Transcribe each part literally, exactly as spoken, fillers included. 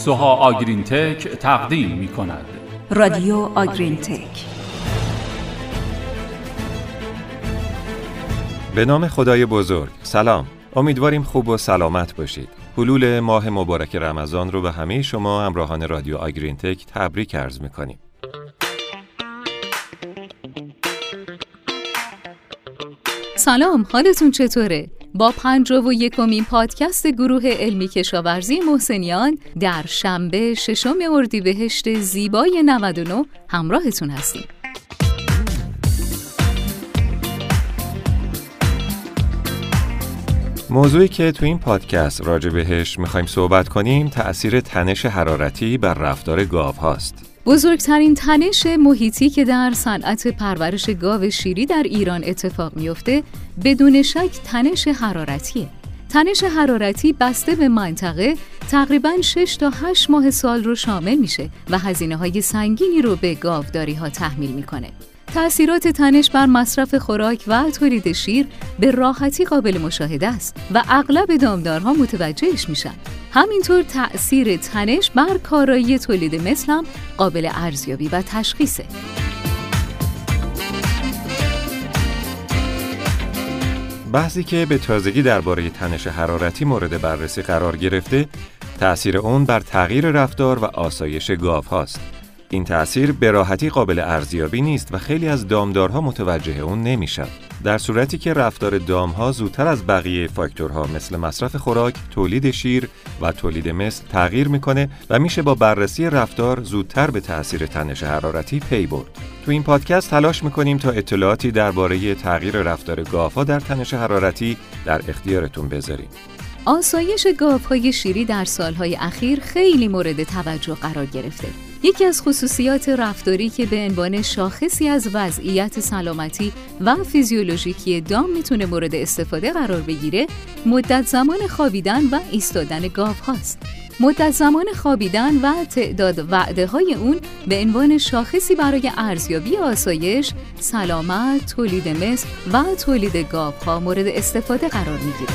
سوها آگرین تک تقدیم می کند. رادیو آگرین تک. به نام خدای بزرگ. سلام، امیدواریم خوب و سلامت باشید. حلول ماه مبارک رمضان رو به همه شما همراهان رادیو آگرین تک تبریک عرض می‌کنیم. سلام، حالتون چطوره؟ با پنجاه و یکمین پادکست گروه علمی کشاورزی محسنیان در شنبه ششم اردیبهشت زیبای نود و نه همراهتون هستیم. موضوعی که تو این پادکست راجع بهش میخوایم صحبت کنیم تأثیر تنش حرارتی بر رفتار گاو هاست. بزرگترین تنش محیطی که در صنعت پرورش گاو شیری در ایران اتفاق میفته بدون شک تنش حرارتیه. تنش حرارتی بسته به منطقه تقریباً شش تا هشت ماه سال رو شامل میشه و هزینه‌های سنگینی رو به گاوداری ها تحمیل میکنه. تأثیرات تنش بر مصرف خوراک و تولید شیر به راحتی قابل مشاهده است و اغلب دامدارها متوجهش میشن. همینطور تأثیر تنش بر کارایی تولید مثل هم قابل ارزیابی و تشخیصه. بحثی که به تازگی درباره تنش حرارتی مورد بررسی قرار گرفته، تأثیر اون بر تغییر رفتار و آسایش گاو هاست. این تأثیر به راحتی قابل ارزیابی نیست و خیلی از دامدارها متوجه اون نمیشن. در صورتی که رفتار دامها زودتر از بقیه فاکتورها مثل مصرف خوراک، تولید شیر و تولید مثل تغییر میکنه و میشه با بررسی رفتار زودتر به تأثیر تنش حرارتی پی برد. تو این پادکست تلاش میکنیم تا اطلاعاتی درباره تغییر رفتار گاوها در تنش حرارتی در اختیارتون بذاریم. آسایش گاوهای شیری در سالهای اخیر خیلی مورد توجه قرار گرفته. یکی از خصوصیات رفتاری که به عنوان شاخصی از وضعیت سلامتی و فیزیولوژیکی دام میتونه مورد استفاده قرار بگیره، مدت زمان خوابیدن و ایستادن گاوهاست. مدت زمان خوابیدن و تعداد وعده‌های اون به عنوان شاخصی برای ارزیابی آسایش، سلامت، تولید مثل و تولید گاوها مورد استفاده قرار میگیره.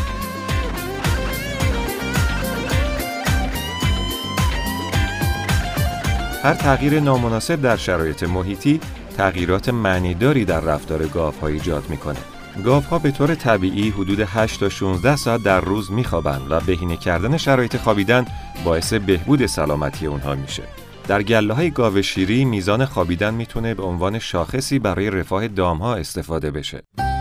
هر تغییر نامناسب در شرایط محیطی تغییرات معنیداری در رفتار گاوها ایجاد میکنه. گاوها به طور طبیعی حدود هشت تا شانزده ساعت در روز میخوابند و بهینه کردن شرایط خوابیدن باعث بهبود سلامتی اونها میشه. در گله‌های گاو شیری میزان خوابیدن میتونه به عنوان شاخصی برای رفاه دامها استفاده بشه.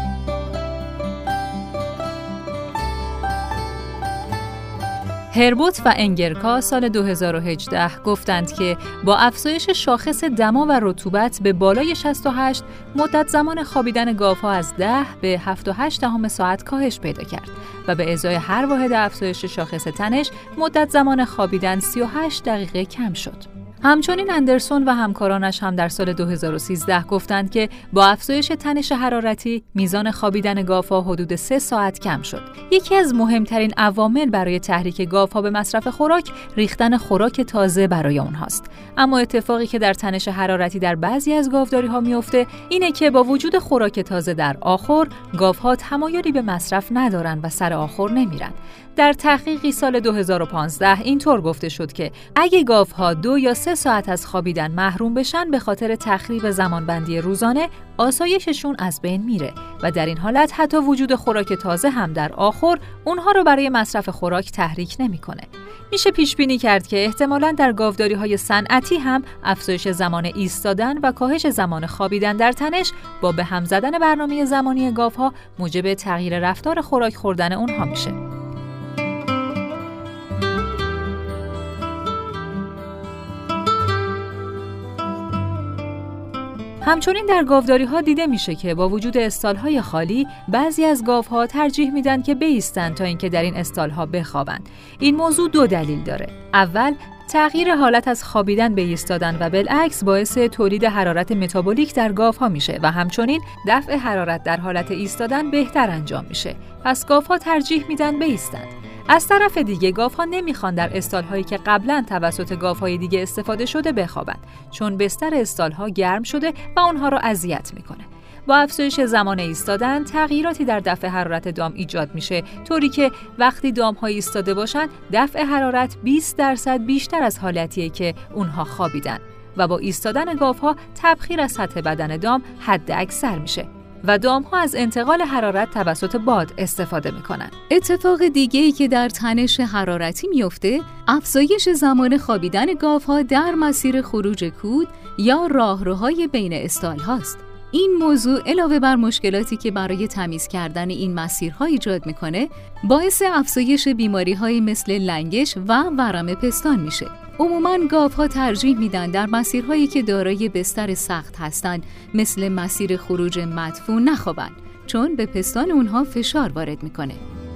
هربوت و انگرکا سال دو هزار و هجده گفتند که با افزایش شاخص دما و رطوبت به بالای شصت و هشت مدت زمان خوابیدن گاوها از ده به هفت و هشت دهم ساعت کاهش پیدا کرد و به ازای هر واحد افزایش شاخص تنش مدت زمان خوابیدن سی و هشت دقیقه کم شد. همچنین اندرسون و همکارانش هم در سال دو هزار و سیزده گفتند که با افزایش تنش حرارتی میزان خوابیدن گاوها حدود سه ساعت کم شد. یکی از مهمترین عوامل برای تحریک گاوها به مصرف خوراک ریختن خوراک تازه برای اونهاست. اما اتفاقی که در تنش حرارتی در بعضی از گاوداری‌ها میفته اینه که با وجود خوراک تازه در آخر، گاوها تمایلی به مصرف ندارن و سر آخر نمیرن. در تحقیقی سال دو هزار و پانزده اینطور گفته شد که اگه گاوها دو یا سه ساعت از خوابیدن محروم بشن به خاطر تخریب زمانبندی روزانه، آسایششون از بین میره و در این حالت حتی وجود خوراک تازه هم در آخر اونها رو برای مصرف خوراک تحریک نمیکنه. میشه پیش بینی کرد که احتمالاً در گاوداری‌های صنعتی هم افزایش زمان ایستادن و کاهش زمان خوابیدن در تنش با به هم زدن برنامه زمانی گاوها موجب تغییر رفتار خوراک خوردن اونها میشه. همچنین در گاوداری‌ها دیده میشه که با وجود استال‌های خالی بعضی از گاوها ترجیح میدن که بایستن تا اینکه در این استال‌ها بخوابند. این موضوع دو دلیل داره. اول، تغییر حالت از خوابیدن به ایستادن و بالعکس باعث تولید حرارت متابولیک در گاوها میشه و همچنین دفع حرارت در حالت ایستادن بهتر انجام میشه. پس گاوها ترجیح میدن بایستند. از طرف دیگه گاوها نمیخوان در استال‌هایی که قبلا توسط گاوهای دیگه استفاده شده بخوابند، چون بستر استال‌ها گرم شده و اونها رو اذیت میکنه. با افزایش زمان ایستادن تغییراتی در دفع حرارت دام ایجاد میشه، طوری که وقتی دام‌ها ایستاده باشن دفع حرارت بیست درصد بیشتر از حالتیه که اونها خوابیدن و با ایستادن گاوها تبخیر از سطح بدن دام حد اکثر میشه و دام‌ها از انتقال حرارت توسط باد استفاده میکنن. اتفاق دیگه‌ای که در تنش حرارتی میفته، افزایش زمان خوابیدن گاوها در مسیر خروج کود یا راهروهای بین استال هاست. این موضوع علاوه بر مشکلاتی که برای تمیز کردن این مسیرها ایجاد میکنه، باعث افزایش بیماری‌هایی مثل لنگش و ورم پستان میشه. عموماً گاوها ترجیح میدن در مسیرهایی که دارای بستر سخت هستند، مثل مسیر خروج مدفون، نخوابن، چون به پستان اونها فشار وارد میکنه.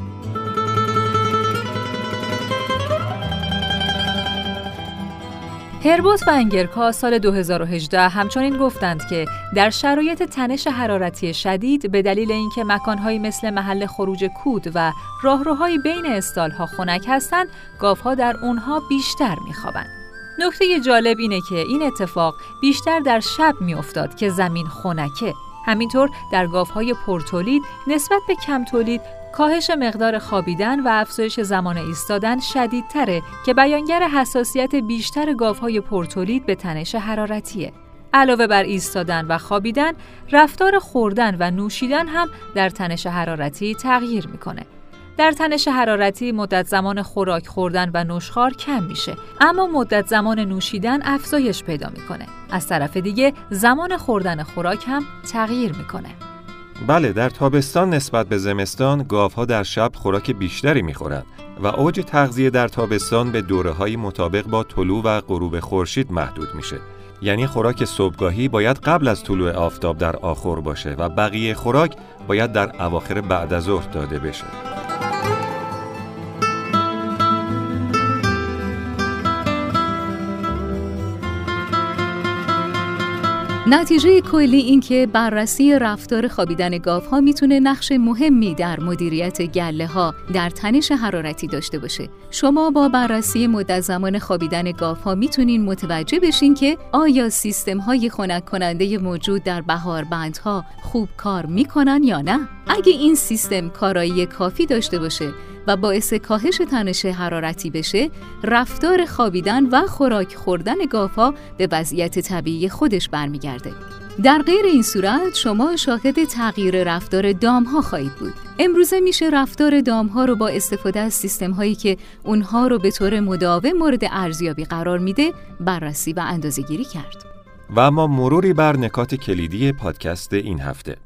هربوت و انگرکا سال دو هزار و هجده همچنین گفتند که در شرایط تنش حرارتی شدید به دلیل اینکه مکان‌هایی مثل محل خروج کود و راهروهای بین استال‌ها خنک هستند، گاوها در اونها بیشتر می‌خوابند. نکته جالب اینه که این اتفاق بیشتر در شب می‌افتاد که زمین خنکه. همینطور در گاوهای پرتولید نسبت به کم تولید کاهش مقدار خوابیدن و افزایش زمان ایستادن شدیدتره که بیانگر حساسیت بیشتر گاوهای پرتولید به تنش حرارتیه. علاوه بر ایستادن و خوابیدن، رفتار خوردن و نوشیدن هم در تنش حرارتی تغییر میکنه. در تنش حرارتی مدت زمان خوراک خوردن و نوشخوار کم میشه، اما مدت زمان نوشیدن افزایش پیدا میکنه. از طرف دیگه زمان خوردن خوراک هم تغییر میکنه. بله، در تابستان نسبت به زمستان گاوها در شب خوراک بیشتری میخورند و اوج تغذیه در تابستان به دوره‌های مطابق با طلوع و غروب خورشید محدود میشه. یعنی خوراک صبحگاهی باید قبل از طلوع آفتاب در آخر باشه و بقیه خوراک باید در اواخر بعد از ظهر داده بشه. نتیجه کلی این که بررسی رفتار خوابیدن گاوها میتونه نقش مهمی در مدیریت گله‌ها در تنش حرارتی داشته باشه. شما با بررسی مدت زمان خوابیدن گاوها میتونین متوجه بشین که آیا سیستم‌های خنک کننده موجود در بهاربندها خوب کار میکنن یا نه. اگه این سیستم کارایی کافی داشته باشه و باعث کاهش تنش حرارتی بشه، رفتار خوابیدن و خوراک خوردن گاوها به وضعیت طبیعی خودش برمیگرده. در غیر این صورت شما شاهد تغییر رفتار دامها خواهید بود. امروزه میشه رفتار دامها رو با استفاده از سیستم‌هایی که اونها رو به طور مداوم مورد ارزیابی قرار میده بررسی و اندازه‌گیری کرد. و اما مروری بر نکات کلیدی پادکست این هفته.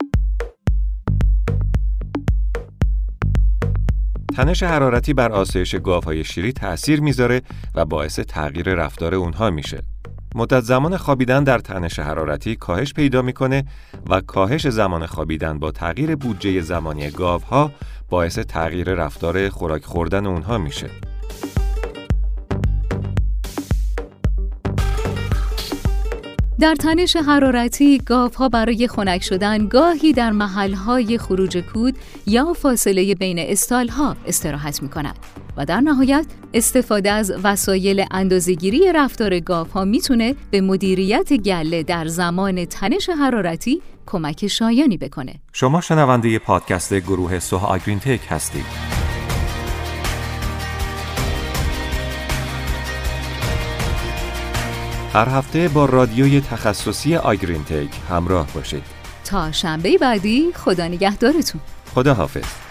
تنش حرارتی بر آسایش گاوهای شیری تأثیر میذاره و باعث تغییر رفتار اونها میشه. مدت زمان خوابیدن در تنش حرارتی کاهش پیدا میکنه و کاهش زمان خوابیدن با تغییر بودجه زمانی گاوها باعث تغییر رفتار خوراک خوردن اونها میشه. در تنش حرارتی گاوها برای خنک شدن گاهی در محل‌های خروج کود یا فاصله بین استال‌ها استراحت می‌کنند و در نهایت استفاده از وسایل اندازه‌گیری رفتار گاوها میتونه به مدیریت گله در زمان تنش حرارتی کمک شایانی بکنه. شما شنونده پادکست گروه سوها آگرینتک هستید. هر هفته با رادیوی تخصصی آگرینتک همراه باشید. تا شنبه بعدی خدا نگهدارتون. خدا حافظ.